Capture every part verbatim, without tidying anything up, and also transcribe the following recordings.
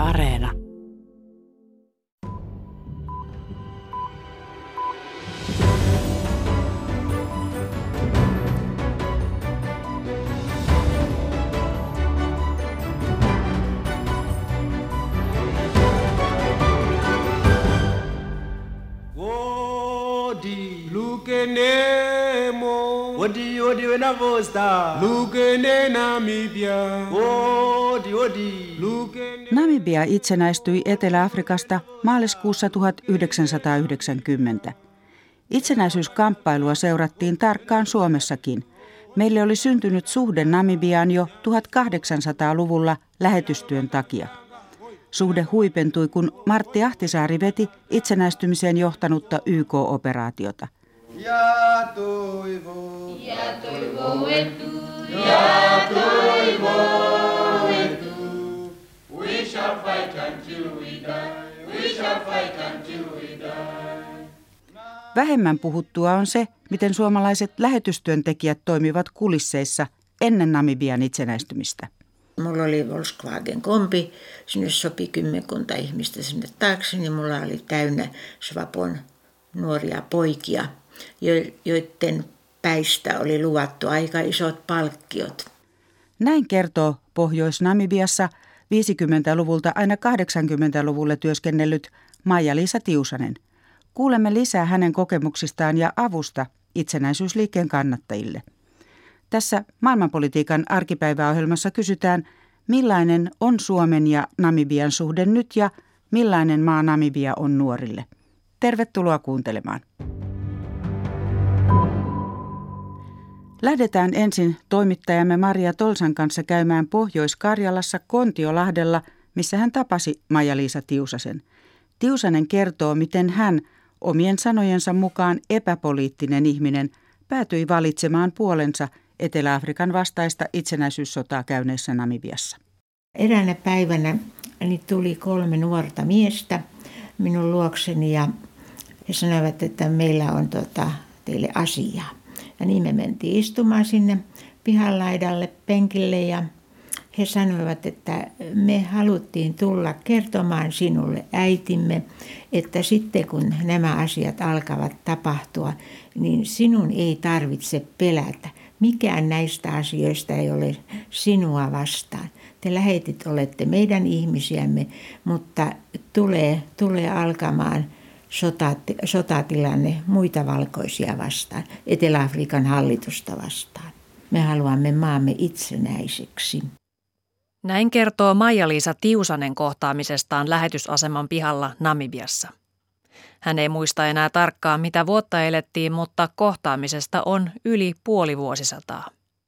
Areena. Lukenemo, odi odi venavosta. Lukene Namibia, odi odi. Lukene. Namibia itsenäistyi Etelä-Afrikasta maaliskuussa tuhatyhdeksänsataayhdeksänkymmentä. Itsenäisyyskamppailua seurattiin tarkkaan Suomessakin. Meille oli syntynyt suhde Namibiaan jo tuhatkahdeksansataaluvulla lähetystyön takia. Suhde huipentui, kun Martti Ahtisaari veti itsenäistymiseen johtanutta Y K-operaatiota. Ja toivo, ja toivo etu, ja toivo etu. We shall fight until we die, we shall fight until we die. Vähemmän puhuttua on se, miten suomalaiset lähetystyöntekijät toimivat kulisseissa ennen Namibian itsenäistymistä. Mulla oli Volkswagen-kompi, sinne sopi kymmenkunta ihmistä sinne taakse, niin mulla oli täynnä Svapon nuoria poikia, joiden päistä oli luvattu aika isot palkkiot. Näin kertoo Pohjois-Namibiassa viisikymmentäluvulta aina kahdeksankymmentäluvulle työskennellyt Maija-Liisa Tiusanen. Kuulemme lisää hänen kokemuksistaan ja avusta itsenäisyysliikkeen kannattajille. Tässä maailmanpolitiikan arkipäiväohjelmassa kysytään, millainen on Suomen ja Namibian suhde nyt ja millainen maa Namibia on nuorille. Tervetuloa kuuntelemaan. Lähdetään ensin toimittajamme Maria Tolsan kanssa käymään Pohjois-Karjalassa Kontiolahdella, missä hän tapasi Maija-Liisa Tiusasen. Tiusanen kertoo, miten hän, omien sanojensa mukaan epäpoliittinen ihminen, päätyi valitsemaan puolensa Etelä-Afrikan vastaista itsenäisyyssotaa käyneessä Namibiassa. Eräänä päivänä niin tuli kolme nuorta miestä minun luokseni ja he sanoivat, että meillä on tuota, teille asiaa. Ja niin me mentiin istumaan sinne pihanlaidalle penkille ja he sanoivat, että me haluttiin tulla kertomaan sinulle, äitimme, että sitten kun nämä asiat alkavat tapahtua, niin sinun ei tarvitse pelätä. Mikään näistä asioista ei ole sinua vastaan. Te lähetit olette meidän ihmisiämme, mutta tulee, tulee alkamaan sotati, sotatilanne muita valkoisia vastaan, Etelä-Afrikan hallitusta vastaan. Me haluamme maamme itsenäiseksi. Näin kertoo Maija-Liisa Tiusanen kohtaamisestaan lähetysaseman pihalla Namibiassa. Hän ei muista enää tarkkaan, mitä vuotta elettiin, mutta kohtaamisesta on yli puoli vuosisataa.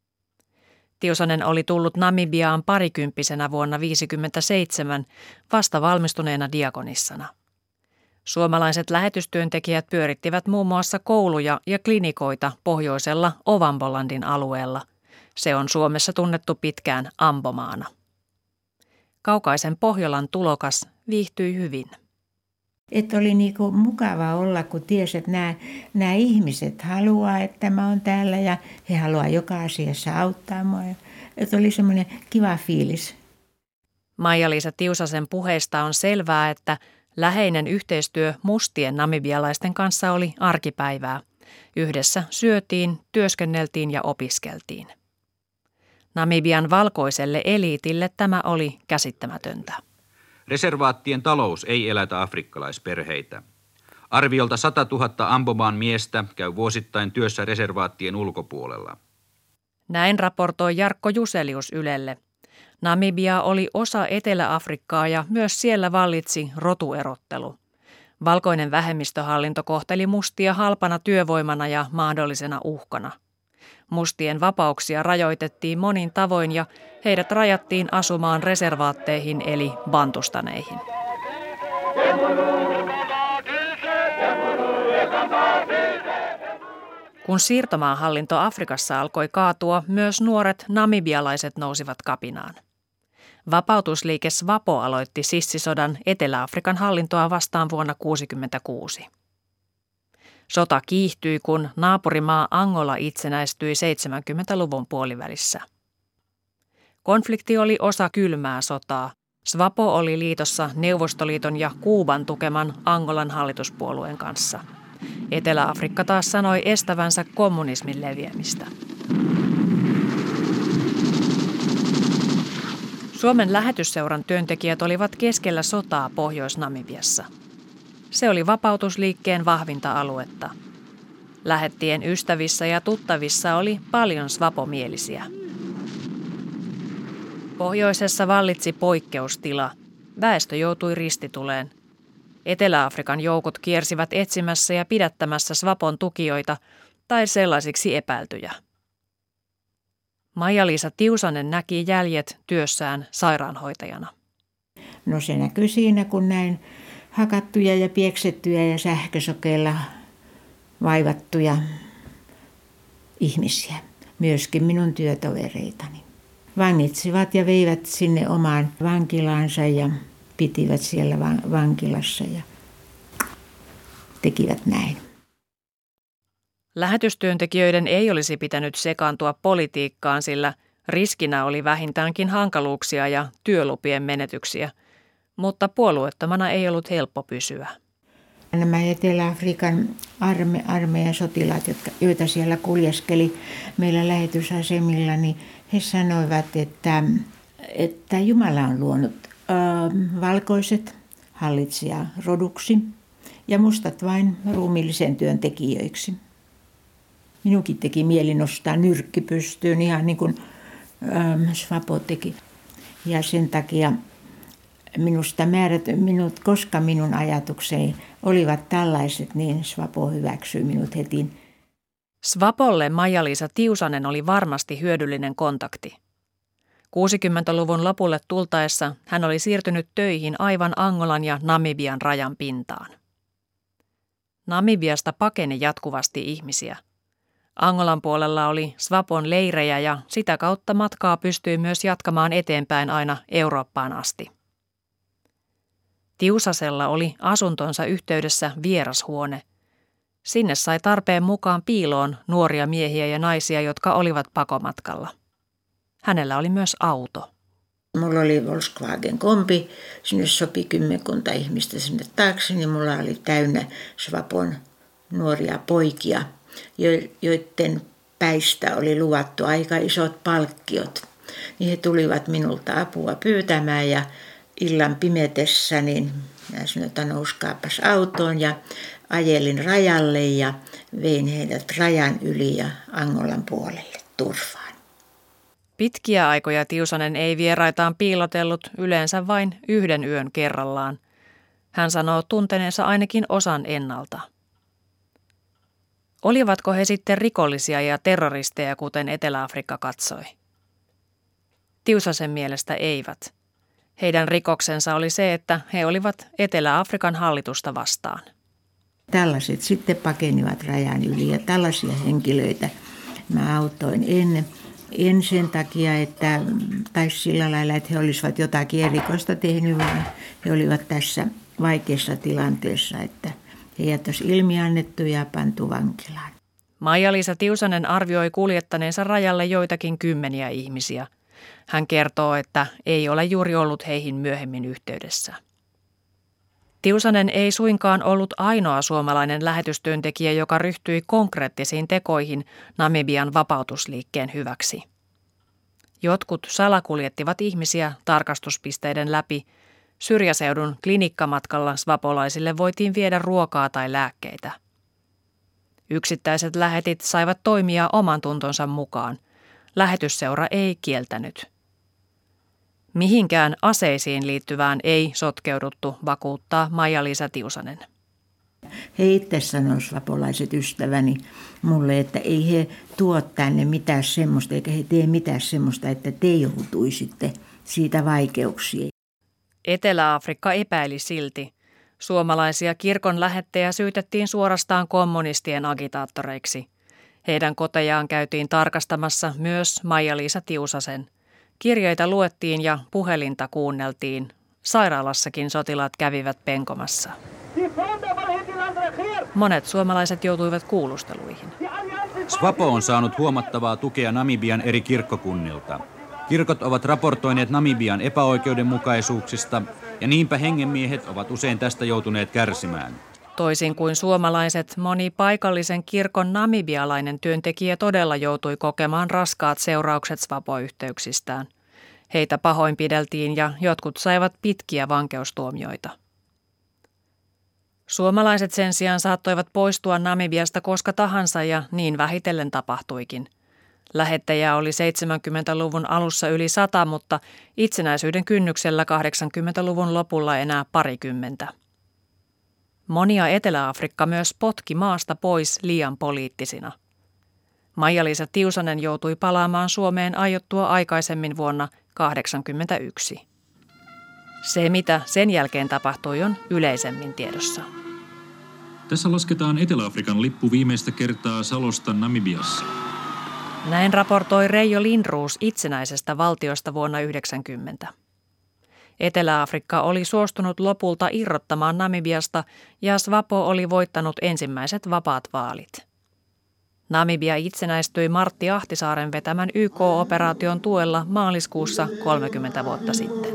Tiusanen oli tullut Namibiaan parikymppisenä vuonna tuhatyhdeksänsataaviisikymmentäseitsemän vasta valmistuneena diakonissana. Suomalaiset lähetystyöntekijät pyörittivät muun muassa kouluja ja klinikoita pohjoisella Ovambolandin alueella. Se on Suomessa tunnettu pitkään Ambomaana. Kaukaisen Pohjolan tulokas viihtyi hyvin. Että oli niinku mukava olla, kun tiesi, että nämä, nämä ihmiset haluaa, että mä oon täällä ja he haluaa joka asiassa auttaa mua. Että oli semmoinen kiva fiilis. Maija-Liisa Tiusasen puheista on selvää, että läheinen yhteistyö mustien namibialaisten kanssa oli arkipäivää. Yhdessä syötiin, työskenneltiin ja opiskeltiin. Namibian valkoiselle eliitille tämä oli käsittämätöntä. Reservaattien talous ei elätä afrikkalaisperheitä. Arviolta sata tuhatta Ambomaan miestä käy vuosittain työssä reservaattien ulkopuolella. Näin raportoi Jarkko Juselius Ylelle. Namibia oli osa Etelä-Afrikkaa ja myös siellä vallitsi rotuerottelu. Valkoinen vähemmistöhallinto kohteli mustia halpana työvoimana ja mahdollisena uhkana. Mustien vapauksia rajoitettiin monin tavoin ja heidät rajattiin asumaan reservaatteihin eli bantustaneihin. Kun siirtomaahallinto Afrikassa alkoi kaatua, myös nuoret namibialaiset nousivat kapinaan. Vapautusliike SWAPO aloitti sissisodan Etelä-Afrikan hallintoa vastaan vuonna tuhatyhdeksänsataakuusikymmentäkuusi. Sota kiihtyi, kun naapurimaa Angola itsenäistyi seitsemänkymmentäluvun puolivälissä. Konflikti oli osa kylmää sotaa. SWAPO oli liitossa Neuvostoliiton ja Kuuban tukeman Angolan hallituspuolueen kanssa. Etelä-Afrikka taas sanoi estävänsä kommunismin leviämistä. Suomen lähetysseuran työntekijät olivat keskellä sotaa Pohjois-Namibiassa. Se oli vapautusliikkeen vahvinta aluetta. Lähettien ystävissä ja tuttavissa oli paljon svapomielisiä. Pohjoisessa vallitsi poikkeustila. Väestö joutui ristituleen. Etelä-Afrikan joukot kiersivät etsimässä ja pidättämässä SWAPOn tukijoita tai sellaisiksi epäiltyjä. Maija-Liisa Tiusanen näki jäljet työssään sairaanhoitajana. No se näkyy siinä, kun näin hakattuja ja pieksettyjä ja sähkösokeilla vaivattuja ihmisiä. Myöskin minun työtovereitani. Vangitsivat ja veivät sinne omaan vankilaansa ja pitivät siellä vankilassa ja tekivät näin. Lähetystyöntekijöiden ei olisi pitänyt sekaantua politiikkaan, sillä riskinä oli vähintäänkin hankaluuksia ja työlupien menetyksiä, mutta puolueettomana ei ollut helppo pysyä. Nämä Etelä-Afrikan arme, armeijan sotilaat, jotka, joita siellä kuljeskeli meillä lähetysasemilla, niin he sanoivat, että, että Jumala on luonut äh, valkoiset hallitsijaroduksi ja mustat vain ruumiillisen työntekijöiksi. Minunkin teki mieli nostaa nyrkki pystyyn ihan niin kuin ähm, SWAPO teki. Ja sen takia minusta määrät, minut, koska minun ajatukseni olivat tällaiset, niin SWAPO hyväksyi minut heti. SWAPOlle Maija-Liisa Tiusanen oli varmasti hyödyllinen kontakti. kuusikymmentäluvun lopulle tultaessa hän oli siirtynyt töihin aivan Angolan ja Namibian rajan pintaan. Namibiasta pakeni jatkuvasti ihmisiä. Angolan puolella oli SWAPOn leirejä ja sitä kautta matkaa pystyi myös jatkamaan eteenpäin aina Eurooppaan asti. Tiusasella oli asuntonsa yhteydessä vierashuone. Sinne sai tarpeen mukaan piiloon nuoria miehiä ja naisia, jotka olivat pakomatkalla. Hänellä oli myös auto. Mulla oli Volkswagen-kompi, sinne sopi kymmenkunta ihmistä sinne taakse, niin mulla oli täynnä SWAPOn nuoria poikia, joiden päistä oli luvattu aika isot palkkiot. Niin he tulivat minulta apua pyytämään ja illan pimetessä niin minä sanoin, että nouskaapas autoon ja ajelin rajalle ja vein heidät rajan yli ja Angolan puolelle turvaan. Pitkiä aikoja Tiusanen ei vieraitaan piilotellut, yleensä vain yhden yön kerrallaan. Hän sanoo tunteneensa ainakin osan ennalta. Olivatko he sitten rikollisia ja terroristeja, kuten Etelä-Afrikka katsoi? Tiusasen mielestä eivät. Heidän rikoksensa oli se, että he olivat Etelä-Afrikan hallitusta vastaan. Tällaiset sitten pakenivat rajan yli ja tällaisia henkilöitä mä autoin ennen. En sen takia, että taisi sillä lailla, että he olisivat jotakin erikoista tehnyt, vaan he olivat tässä vaikeassa tilanteessa, että heidät olisi ilmiannettu ja pantu vankilaan. Maija-Liisa Tiusanen arvioi kuljettaneensa rajalle joitakin kymmeniä ihmisiä. Hän kertoo, että ei ole juuri ollut heihin myöhemmin yhteydessä. Tiusanen ei suinkaan ollut ainoa suomalainen lähetystyöntekijä, joka ryhtyi konkreettisiin tekoihin Namibian vapautusliikkeen hyväksi. Jotkut salakuljettivat ihmisiä tarkastuspisteiden läpi. Syrjäseudun klinikkamatkalla svapolaisille voitiin viedä ruokaa tai lääkkeitä. Yksittäiset lähetit saivat toimia oman tuntonsa mukaan. Lähetysseura ei kieltänyt. Mihinkään aseisiin liittyvään ei sotkeuduttu, vakuuttaa Maija-Liisa Tiusanen. He itse sanoivat, svapolaiset ystäväni, mulle, että ei he tuo tänne mitään semmoista, eikä he tee mitään semmoista, että te joutuisitte siitä vaikeuksiin. Etelä-Afrikka epäili silti. Suomalaisia kirkon lähettejä syytettiin suorastaan kommunistien agitaattoreiksi. Heidän kotejaan käytiin tarkastamassa myös Maija-Liisa Tiusasen. Kirjeitä luettiin ja puhelinta kuunneltiin. Sairaalassakin sotilaat kävivät penkomassa. Monet suomalaiset joutuivat kuulusteluihin. SWAPO on saanut huomattavaa tukea Namibian eri kirkkokunnilta. Kirkot ovat raportoineet Namibian epäoikeudenmukaisuuksista ja niinpä hengenmiehet ovat usein tästä joutuneet kärsimään. Toisin kuin suomalaiset, moni paikallisen kirkon namibialainen työntekijä todella joutui kokemaan raskaat seuraukset Swapo-yhteyksistään. Heitä pahoinpideltiin ja jotkut saivat pitkiä vankeustuomioita. Suomalaiset sen sijaan saattoivat poistua Namibiasta koska tahansa ja niin vähitellen tapahtuikin. Lähettäjä oli seitsemänkymmentäluvun alussa yli sata, mutta itsenäisyyden kynnyksellä kahdeksankymmentäluvun lopulla enää parikymmentä. Monia Etelä-Afrikka myös potki maasta pois liian poliittisina. Maija-Liisa Tiusanen joutui palaamaan Suomeen aiottua aikaisemmin vuonna tuhatyhdeksänsataakahdeksankymmentäyksi. Se, mitä sen jälkeen tapahtui, on yleisemmin tiedossa. Tässä lasketaan Etelä-Afrikan lippu viimeistä kertaa Salosta Namibiassa. Näin raportoi Reijo Lindroos itsenäisestä valtiosta vuonna yhdeksänkymmentä. Etelä-Afrikka oli suostunut lopulta irrottamaan Namibiasta ja Swapo oli voittanut ensimmäiset vapaat vaalit. Namibia itsenäistyi Martti Ahtisaaren vetämän Y K-operaation tuella maaliskuussa kolmekymmentä vuotta sitten.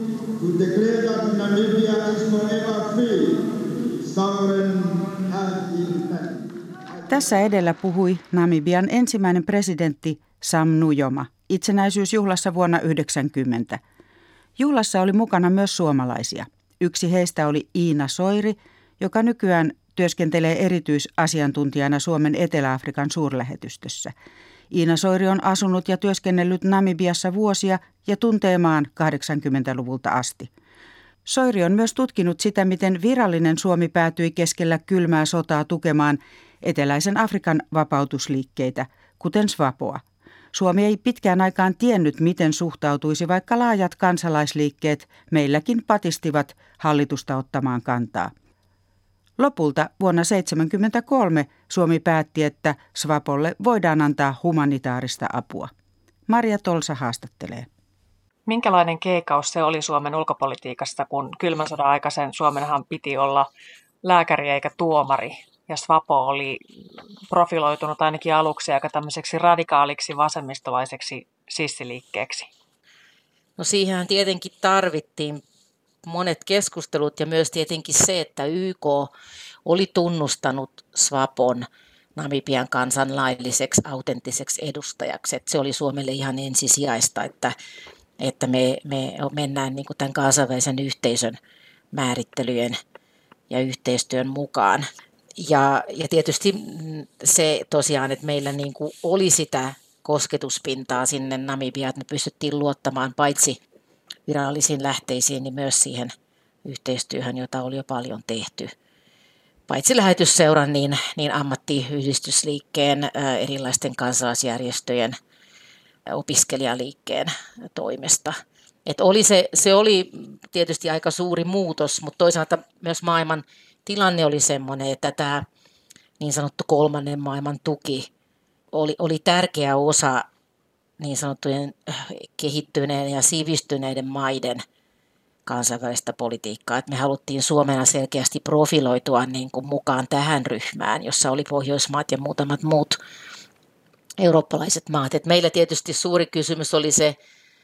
Tässä edellä puhui Namibian ensimmäinen presidentti Sam Nujoma itsenäisyysjuhlassa vuonna yhdeksänkymmentä. Juhlassa oli mukana myös suomalaisia. Yksi heistä oli Iina Soiri, joka nykyään työskentelee erityisasiantuntijana Suomen Etelä-Afrikan suurlähetystössä. Iina Soiri on asunut ja työskennellyt Namibiassa vuosia ja tuntee maan kahdeksankymmentäluvulta asti. Soiri on myös tutkinut sitä, miten virallinen Suomi päätyi keskellä kylmää sotaa tukemaan eteläisen Afrikan vapautusliikkeitä, kuten Swapoa. Suomi ei pitkään aikaan tiennyt, miten suhtautuisi, vaikka laajat kansalaisliikkeet meilläkin patistivat hallitusta ottamaan kantaa. Lopulta vuonna tuhatyhdeksänsataaseitsemänkymmentäkolme Suomi päätti, että Swapolle voidaan antaa humanitaarista apua. Maria Tolsa haastattelee. Minkälainen keikaus se oli Suomen ulkopolitiikassa, kun kylmän sodan aikaisen Suomenhan piti olla lääkäri eikä tuomari? Ja Swapo oli profiloitunut ainakin aluksi aika tämmöiseksi radikaaliksi vasemmistolaiseksi sissiliikkeeksi. No siihen tietenkin tarvittiin monet keskustelut ja myös tietenkin se, että Y K oli tunnustanut Swapon Namibian kansan lailliseksi autenttiseksi edustajaksi. Että se oli Suomelle ihan ensisijaista, että, että me, me mennään niin kuin tämän kansainvälisen yhteisön määrittelyjen ja yhteistyön mukaan. Ja, ja tietysti se tosiaan, että meillä niin kuin oli sitä kosketuspintaa sinne Namibiaan, että me pystyttiin luottamaan paitsi virallisiin lähteisiin, niin myös siihen yhteistyöhön, jota oli jo paljon tehty. Paitsi lähetysseuran, niin, niin ammattiyhdistysliikkeen, ää, erilaisten kansalaisjärjestöjen, opiskelijaliikkeen toimesta. Et oli se, se oli tietysti aika suuri muutos, mutta toisaalta myös maailman tilanne oli sellainen, että tämä niin sanottu kolmannen maailman tuki oli, oli tärkeä osa niin sanottujen kehittyneiden ja sivistyneiden maiden kansainvälistä politiikkaa. Et me haluttiin Suomena selkeästi profiloitua niin kuin mukaan tähän ryhmään, jossa oli Pohjoismaat ja muutamat muut eurooppalaiset maat. Et meillä tietysti suuri kysymys oli se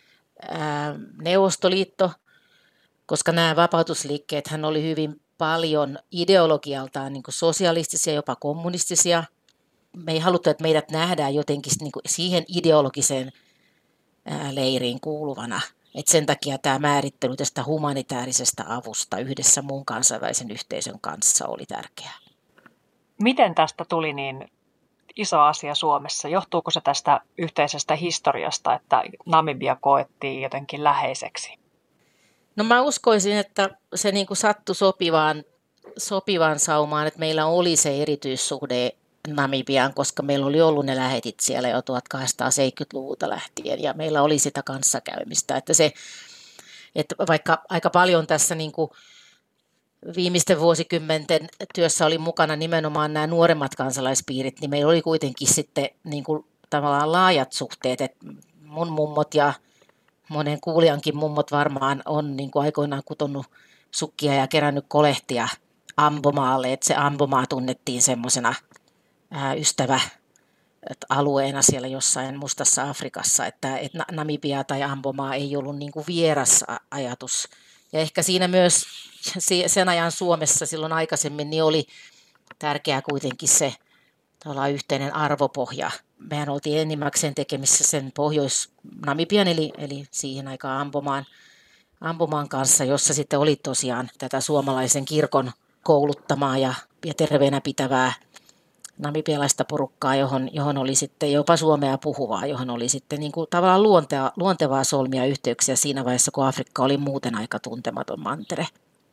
ää, Neuvostoliitto, koska nämä vapautusliikkeethän oli hyvin paljon ideologialtaan niin kuin sosialistisia, jopa kommunistisia. Me ei haluttu, että meidät nähdään jotenkin niin kuin siihen ideologiseen ää, leiriin kuuluvana. Et sen takia tämä määrittely tästä humanitaarisesta avusta yhdessä muun kansainvälisen yhteisön kanssa oli tärkeää. Miten tästä tuli niin iso asia Suomessa? Johtuuko se tästä yhteisestä historiasta, että Namibia koettiin jotenkin läheiseksi? No mä uskoisin, että se niin kuin sattui sopivaan, sopivaan saumaan, että meillä oli se erityissuhde Namibiaan, koska meillä oli ollut ne lähetit siellä jo tuhatkahdeksansataaseitsemänkymmentäluvulta lähtien ja meillä oli sitä kanssakäymistä. Että se, että vaikka aika paljon tässä niin kuin viimeisten vuosikymmenten työssä oli mukana nimenomaan nämä nuoremmat kansalaispiirit, niin meillä oli kuitenkin sitten niin kuin tavallaan laajat suhteet, että mun mummot ja monen kuulijankin mummot varmaan on niin kuin aikoinaan kutonut sukkia ja kerännyt kolehtia Ambomaalle, että se Ambomaa tunnettiin semmoisena ystävä, alueena siellä jossain mustassa Afrikassa, että, että Namibia tai Ambomaa ei ollut niin kuin vieras ajatus. Ja ehkä siinä myös sen ajan Suomessa silloin aikaisemmin niin oli tärkeää kuitenkin se yhteinen arvopohja. Mehän oltiin enimmäkseen tekemissä sen Pohjois-Namibian eli, eli siihen aikaan Ambomaan, Ambomaan kanssa, jossa sitten oli tosiaan tätä suomalaisen kirkon kouluttamaa ja, ja terveenä pitävää namibialaista porukkaa, johon, johon oli sitten jopa suomea puhuvaa, johon oli sitten niin kuin tavallaan luontevaa, luontevaa solmia yhteyksiä siinä vaiheessa, kun Afrikka oli muuten aika tuntematon mantere.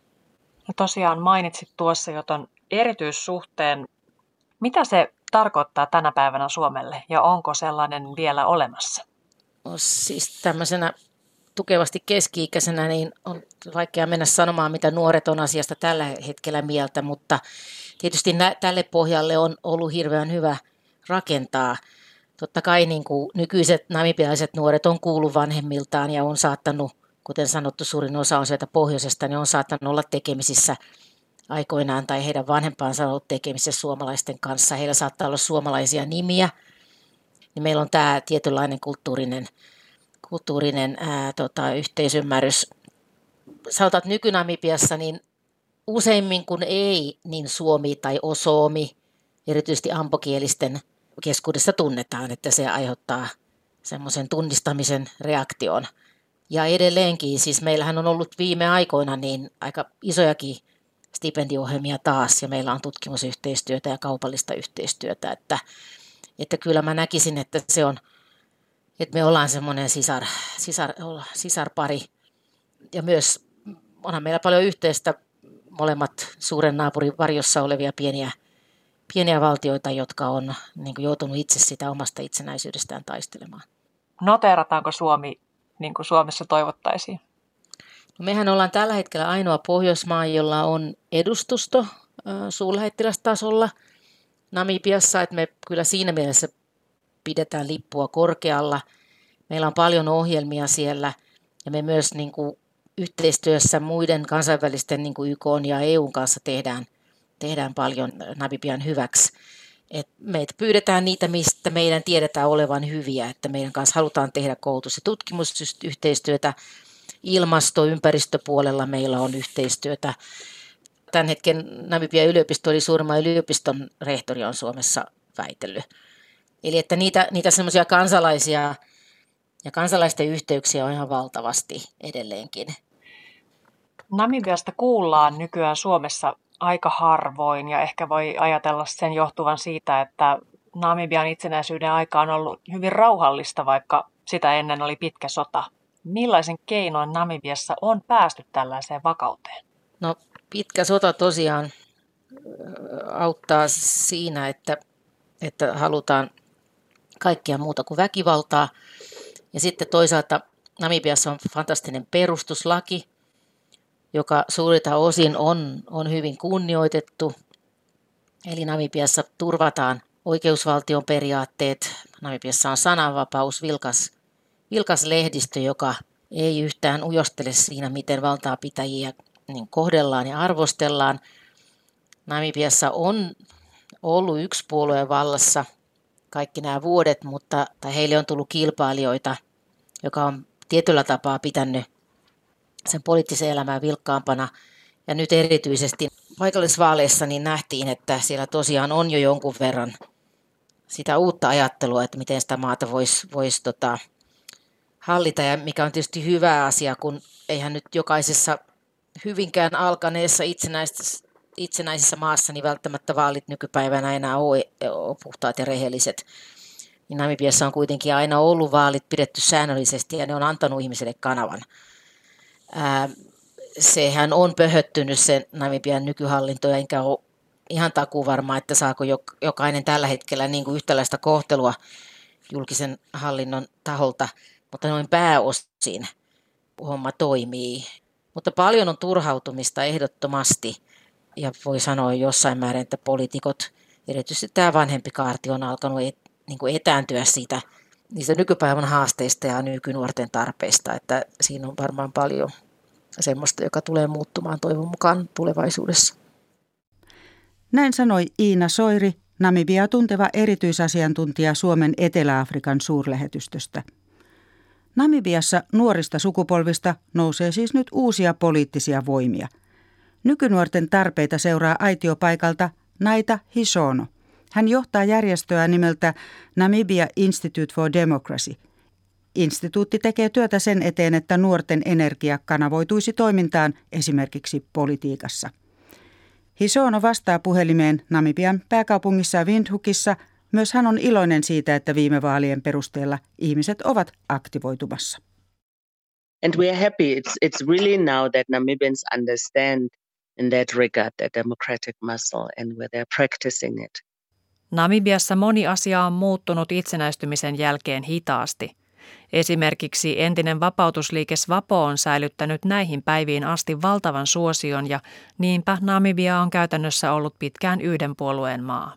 Ja tosiaan mainitsit tuossa jo ton erityissuhteen. Mitä se tarkoittaa tänä päivänä Suomelle ja onko sellainen vielä olemassa? No, siis tämmöisenä tukevasti keski-ikäisenä niin on vaikea mennä sanomaan, mitä nuoret on asiasta tällä hetkellä mieltä, mutta tietysti nä- tälle pohjalle on ollut hirveän hyvä rakentaa. Totta kai niin kuin nykyiset namibialaiset nuoret on kuullut vanhemmiltaan ja on saattanut, kuten sanottu, suurin osa on sieltä pohjoisesta, niin on saattanut olla tekemisissä aikoinaan tai heidän vanhempaansa on ollut tekemisissä suomalaisten kanssa. Heillä saattaa olla suomalaisia nimiä. Niin meillä on tämä tietynlainen kulttuurinen, kulttuurinen ää, tota, yhteisymmärrys. Sanotaan, että nyky-Namibiassa niin useimmin kuin ei, niin suomi tai osoomi, erityisesti ambokielisten keskuudessa tunnetaan, että se aiheuttaa semmoisen tunnistamisen reaktion. Ja edelleenkin, siis meillähän on ollut viime aikoina niin aika isojakin stipendiohjelmia taas, ja meillä on tutkimusyhteistyötä ja kaupallista yhteistyötä, että, että kyllä mä näkisin, että se on, että me ollaan semmoinen sisar, sisar, sisarpari, ja myös onhan meillä paljon yhteistä, molemmat suuren naapurin varjossa olevia pieniä, pieniä valtioita, jotka on niin kuin joutunut itse sitä omasta itsenäisyydestään taistelemaan. Noteerataanko Suomi niin kuin Suomessa toivottaisiin? No mehän ollaan tällä hetkellä ainoa Pohjoismaa, jolla on edustusto äh, suurlähettilästasolla Namibiassa, että me kyllä siinä mielessä pidetään lippua korkealla. Meillä on paljon ohjelmia siellä ja me myös niin kuin yhteistyössä muiden kansainvälisten niin kuin Y K:n ja E U:n kanssa tehdään, tehdään paljon Namibian hyväksi. Et meitä pyydetään niitä, mistä meidän tiedetään olevan hyviä, että meidän kanssa halutaan tehdä koulutus- ja tutkimusyhteistyötä. Ilmasto- ja ympäristöpuolella meillä on yhteistyötä. Tämän hetken Namibian yliopisto oli suurimman yliopiston rehtori on Suomessa väitellyt. Eli että niitä, niitä semmoisia kansalaisia ja kansalaisten yhteyksiä on ihan valtavasti edelleenkin. Namibiasta kuullaan nykyään Suomessa aika harvoin ja ehkä voi ajatella sen johtuvan siitä, että Namibian itsenäisyyden aika on ollut hyvin rauhallista, vaikka sitä ennen oli pitkä sota. Millaisen keinoin Namibiassa on päästy tällaiseen vakauteen? No pitkä sota tosiaan auttaa siinä, että, että halutaan kaikkea muuta kuin väkivaltaa. Ja sitten toisaalta Namibiassa on fantastinen perustuslaki, joka suurilta osin on, on hyvin kunnioitettu. Eli Namibiassa turvataan oikeusvaltion periaatteet. Namibiassa on sananvapaus, vilkas, vilkas lehdistö, joka ei yhtään ujostele siinä, miten valtaapitäjiä niin kohdellaan ja arvostellaan. Namibiassa on ollut yksi puolue vallassa kaikki nämä vuodet, mutta tai heille on tullut kilpailijoita, joka on tietyllä tapaa pitänyt sen poliittisen elämän vilkkaampana. Ja nyt erityisesti paikallisvaaleissa niin nähtiin, että siellä tosiaan on jo jonkun verran sitä uutta ajattelua, että miten sitä maata voisi vois, tota, hallita. Ja mikä on tietysti hyvä asia, kun eihän nyt jokaisessa hyvinkään alkaneessa itsenäisessä, itsenäisessä maassa niin välttämättä vaalit nykypäivänä enää ole, ole puhtaat ja rehelliset. Niin Namibiassa on kuitenkin aina ollut vaalit pidetty säännöllisesti ja ne on antanut ihmiselle kanavan. Ää, sehän on pöhöttynyt se Namibian nykyhallinto, enkä ole ihan takuvarma, että saako jokainen tällä hetkellä niin kuin yhtäläistä kohtelua julkisen hallinnon taholta, mutta noin pääosin homma toimii. Mutta paljon on turhautumista ehdottomasti ja voi sanoa jossain määrin, että poliitikot, erityisesti tämä vanhempi kaarti on alkanut et, niin kuin etääntyä siitä, niistä nykypäivän haasteista ja nykynuorten tarpeista, että siinä on varmaan paljon semmoista, joka tulee muuttumaan toivon mukaan tulevaisuudessa. Näin sanoi Iina Soiri, Namibia tunteva erityisasiantuntija Suomen Etelä-Afrikan suurlähetystöstä. Namibiassa nuorista sukupolvista nousee siis nyt uusia poliittisia voimia. Nykynuorten tarpeita seuraa aitiopaikalta Naita Hisono. Hän johtaa järjestöä nimeltä Namibia Institute for Democracy. Instituutti tekee työtä sen eteen, että nuorten energia kanavoituisi toimintaan esimerkiksi politiikassa. Hisono vastaa puhelimeen Namibian pääkaupungissa Windhoekissa. Myös hän on iloinen siitä, että viime vaalien perusteella ihmiset ovat aktivoitumassa. And we are happy. It's, it's really now that Namibians understand in that regard the democratic muscle and where they're practicing it. Namibiassa moni asia on muuttunut itsenäistymisen jälkeen hitaasti. Esimerkiksi entinen vapautusliike SWAPO on säilyttänyt näihin päiviin asti valtavan suosion ja niinpä Namibia on käytännössä ollut pitkään yhden puolueen maa.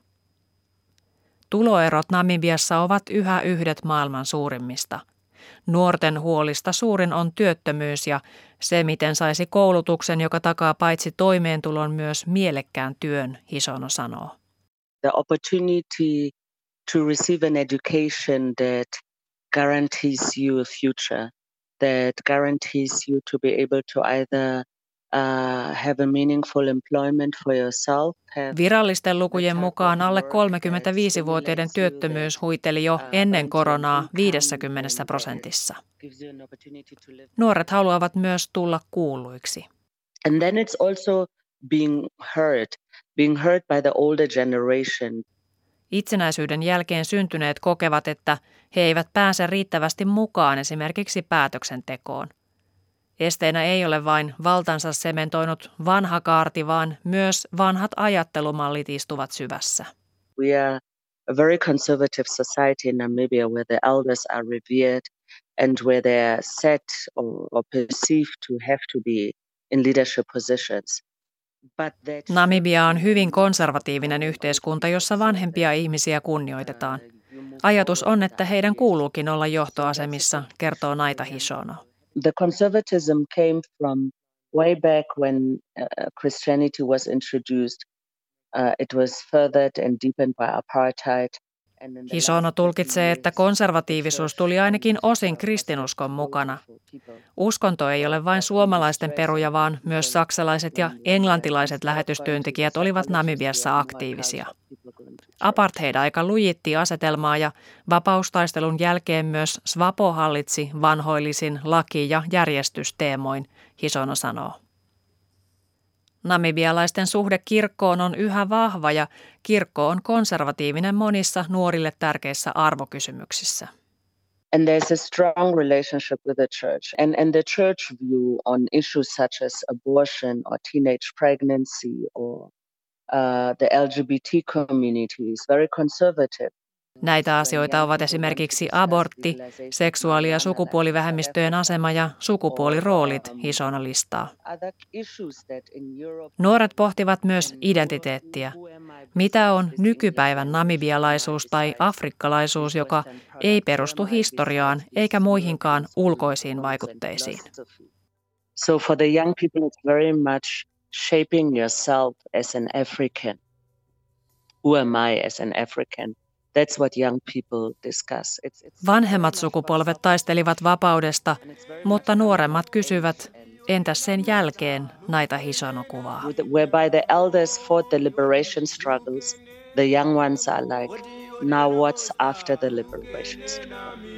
Tuloerot Namibiassa ovat yhä yhdet maailman suurimmista. Nuorten huolista suurin on työttömyys ja se, miten saisi koulutuksen, joka takaa paitsi toimeentulon myös mielekkään työn, Hisono sanoo. The opportunity to receive an education that guarantees you a future, that guarantees you to be able to either uh, have a meaningful employment for yourself. Virallisten lukujen mukaan alle kolmekymmentäviisivuotiaiden työttömyys huiteli jo ennen koronaa viisikymmentä prosentissa. Nuoret haluavat myös tulla kuulluiksi. And then it's also being heard, being heard by the older generation. Itsenäisyyden jälkeen syntyneet kokevat, että he eivät pääse riittävästi mukaan esimerkiksi päätöksentekoon. Esteenä ei ole vain valtansa sementoinut vanha kaarti, vaan myös vanhat ajattelumallit istuvat syvässä. We are a very conservative society in Namibia where the elders are revered and where they are set or, or perceived to have to be in leadership positions. Namibia on hyvin konservatiivinen yhteiskunta, jossa vanhempia ihmisiä kunnioitetaan. Ajatus on, että heidän kuuluukin olla johtoasemissa, kertoo Naita Hisono. The conservatism came from way back when uh, Christianity was introduced. Uh, it was furthered and deepened by apartheid. Hisono tulkitsee, että konservatiivisuus tuli ainakin osin kristinuskon mukana. Uskonto ei ole vain suomalaisten peruja, vaan myös saksalaiset ja englantilaiset lähetystyöntekijät olivat Namibiassa aktiivisia. Apartheid-aika lujitti asetelmaa ja vapaustaistelun jälkeen myös SWAPO hallitsi vanhoillisin laki- ja järjestysteemoin, Hisono sanoo. Namibialaisten suhde kirkkoon on yhä vahva ja kirkko on konservatiivinen monissa nuorille tärkeissä arvokysymyksissä. And there's a strong relationship with the church. And, and the church view on issues such as abortion or teenage pregnancy or uh, the L G B T community is very conservative. Näitä asioita ovat esimerkiksi abortti, seksuaali- ja sukupuolivähemmistöjen asema ja sukupuoliroolit, Hisono listaa. Nuoret pohtivat myös identiteettiä. Mitä on nykypäivän namibialaisuus tai afrikkalaisuus, joka ei perustu historiaan eikä muihinkaan ulkoisiin vaikutteisiin? So for the young people it's very much shaping yourself as an African. Who am I as an African? That's what young people discuss. It's, it's Vanhemmat sukupolvet taistelivat vapaudesta, mutta nuoremmat kysyvät, entäs sen jälkeen, Naita Hisono kuvaa. Whereby the elders fought the liberation struggles, the young ones are like, now what's after the liberation struggle?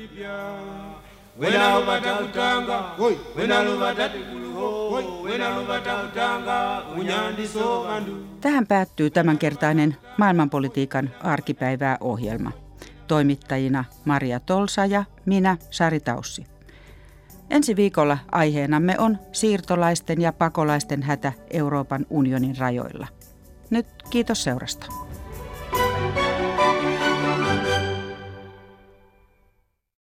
Tähän päättyy tämänkertainen maailmanpolitiikan arkipäivää ohjelma. Toimittajina Maria Tolsa ja minä, Sari Taussi. Ensi viikolla aiheenamme on siirtolaisten ja pakolaisten hätä Euroopan unionin rajoilla. Nyt kiitos seurasta.